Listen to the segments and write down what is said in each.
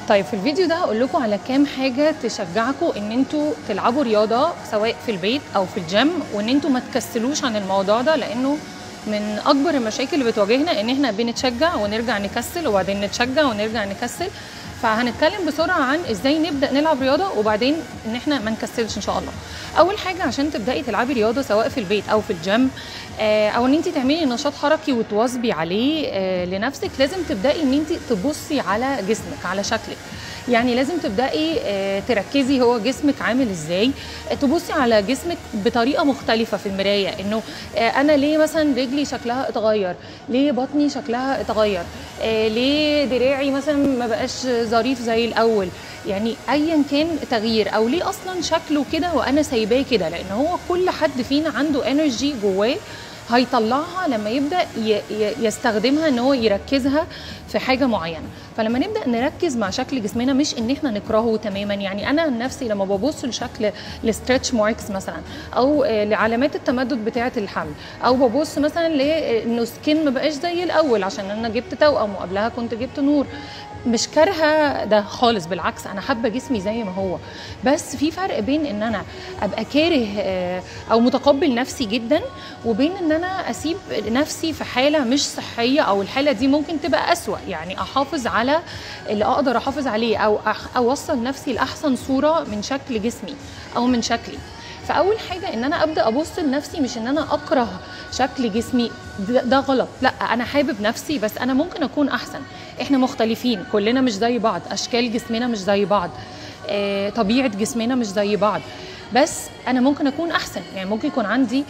طيب في الفيديو ده هقول لكم على كام حاجه تشجعكم ان انتوا تلعبوا رياضه سواء في البيت او في الجيم، وان انتوا ما تكسلوش عن الموضوع ده، لانه من اكبر المشاكل اللي بتواجهنا ان احنا بنتشجع ونرجع نكسل وبعدين نتشجع ونرجع نكسل. فهنتكلم بسرعه عن ازاي نبدا نلعب رياضه وبعدين ان احنا ما نكسلش ان شاء الله. اول حاجه عشان تبداي تلعبي رياضه سواء في البيت او في الجيم، او ان انت تعملي نشاط حركي وتواظبي عليه لنفسك، لازم تبداي ان انت تبصي على جسمك، على شكلك. يعني لازم تبداي تركزي هو جسمك عامل ازاي، تبصي على جسمك بطريقه مختلفه في المرايه، انه انا ليه مثلا رجلي شكلها اتغير، ليه بطني شكلها اتغير، ليه دراعي مثلا ما بقاش ظريف زي الاول. يعني ايا كان تغيير، او ليه اصلا شكله كده وانا سايباه كده، لان هو كل حد فينا عنده انرجي جواه هيطلعها لما يبدا يستخدمها ان هو يركزها في حاجه معينه. فلما نبدا نركز مع شكل جسمنا، مش ان احنا نكرهه تماما. يعني انا عن نفسي لما ببص لشكل الستريتش ماركس مثلا، او لعلامات التمدد بتاعه الحمل، او ببص مثلا لانه سكين ما بقاش زي الاول عشان انا جبت توأم وقبلها كنت جبت نور، مش كارهه ده خالص، بالعكس انا حابه جسمي زي ما هو. بس في فرق بين ان انا ابقى كاره او متقبل نفسي جدا، وبين ان انا اسيب نفسي في حاله مش صحيه، او الحاله دي ممكن تبقى اسوأ. يعني احافظ على اللي اقدر احافظ عليه، او اوصل نفسي لاحسن صوره من شكل جسمي او من شكلي. فاول حاجه ان انا ابدا ابص لنفسي، مش ان انا اكره شكل جسمي، ده غلط. لا، انا حابب نفسي بس انا ممكن اكون احسن. احنا مختلفين، كلنا مش زي بعض، اشكال جسمنا مش زي بعض، طبيعه جسمنا مش زي بعض، بس انا ممكن اكون احسن. يعني ممكن يكون عندي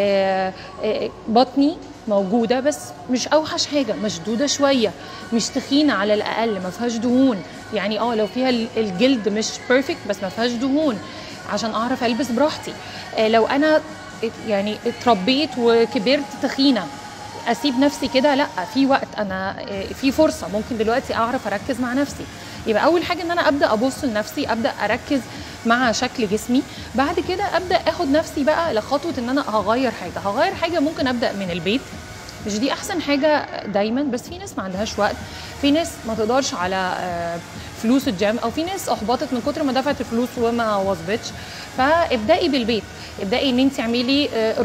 بطني موجوده بس مش اوحش حاجه، مشدوده شويه، مش تخينه على الاقل، ما فيهاش دهون. يعني لو فيها الجلد مش بيرفكت بس ما فيهاش دهون عشان اعرف البس براحتي. لو انا يعني اتربيت وكبرت تخينه، اسيب نفسي كده؟ لا، في وقت، انا في فرصه، ممكن دلوقتي اعرف اركز مع نفسي. يبقى اول حاجه ان انا ابدا ابص لنفسي، ابدا اركز مع شكل جسمي. بعد كده ابدا اخد نفسي بقى لخطوه ان انا هغير حاجه. ممكن ابدا من البيت، مش دي احسن حاجه دايما، بس في ناس ما عندهاش وقت، في ناس ما تقدرش على فلوس الجيم، او في ناس احبطت من كتر ما دفعت الفلوس وما واظبتش. فابدأي بالبيت، ابدأي ان انت اعملي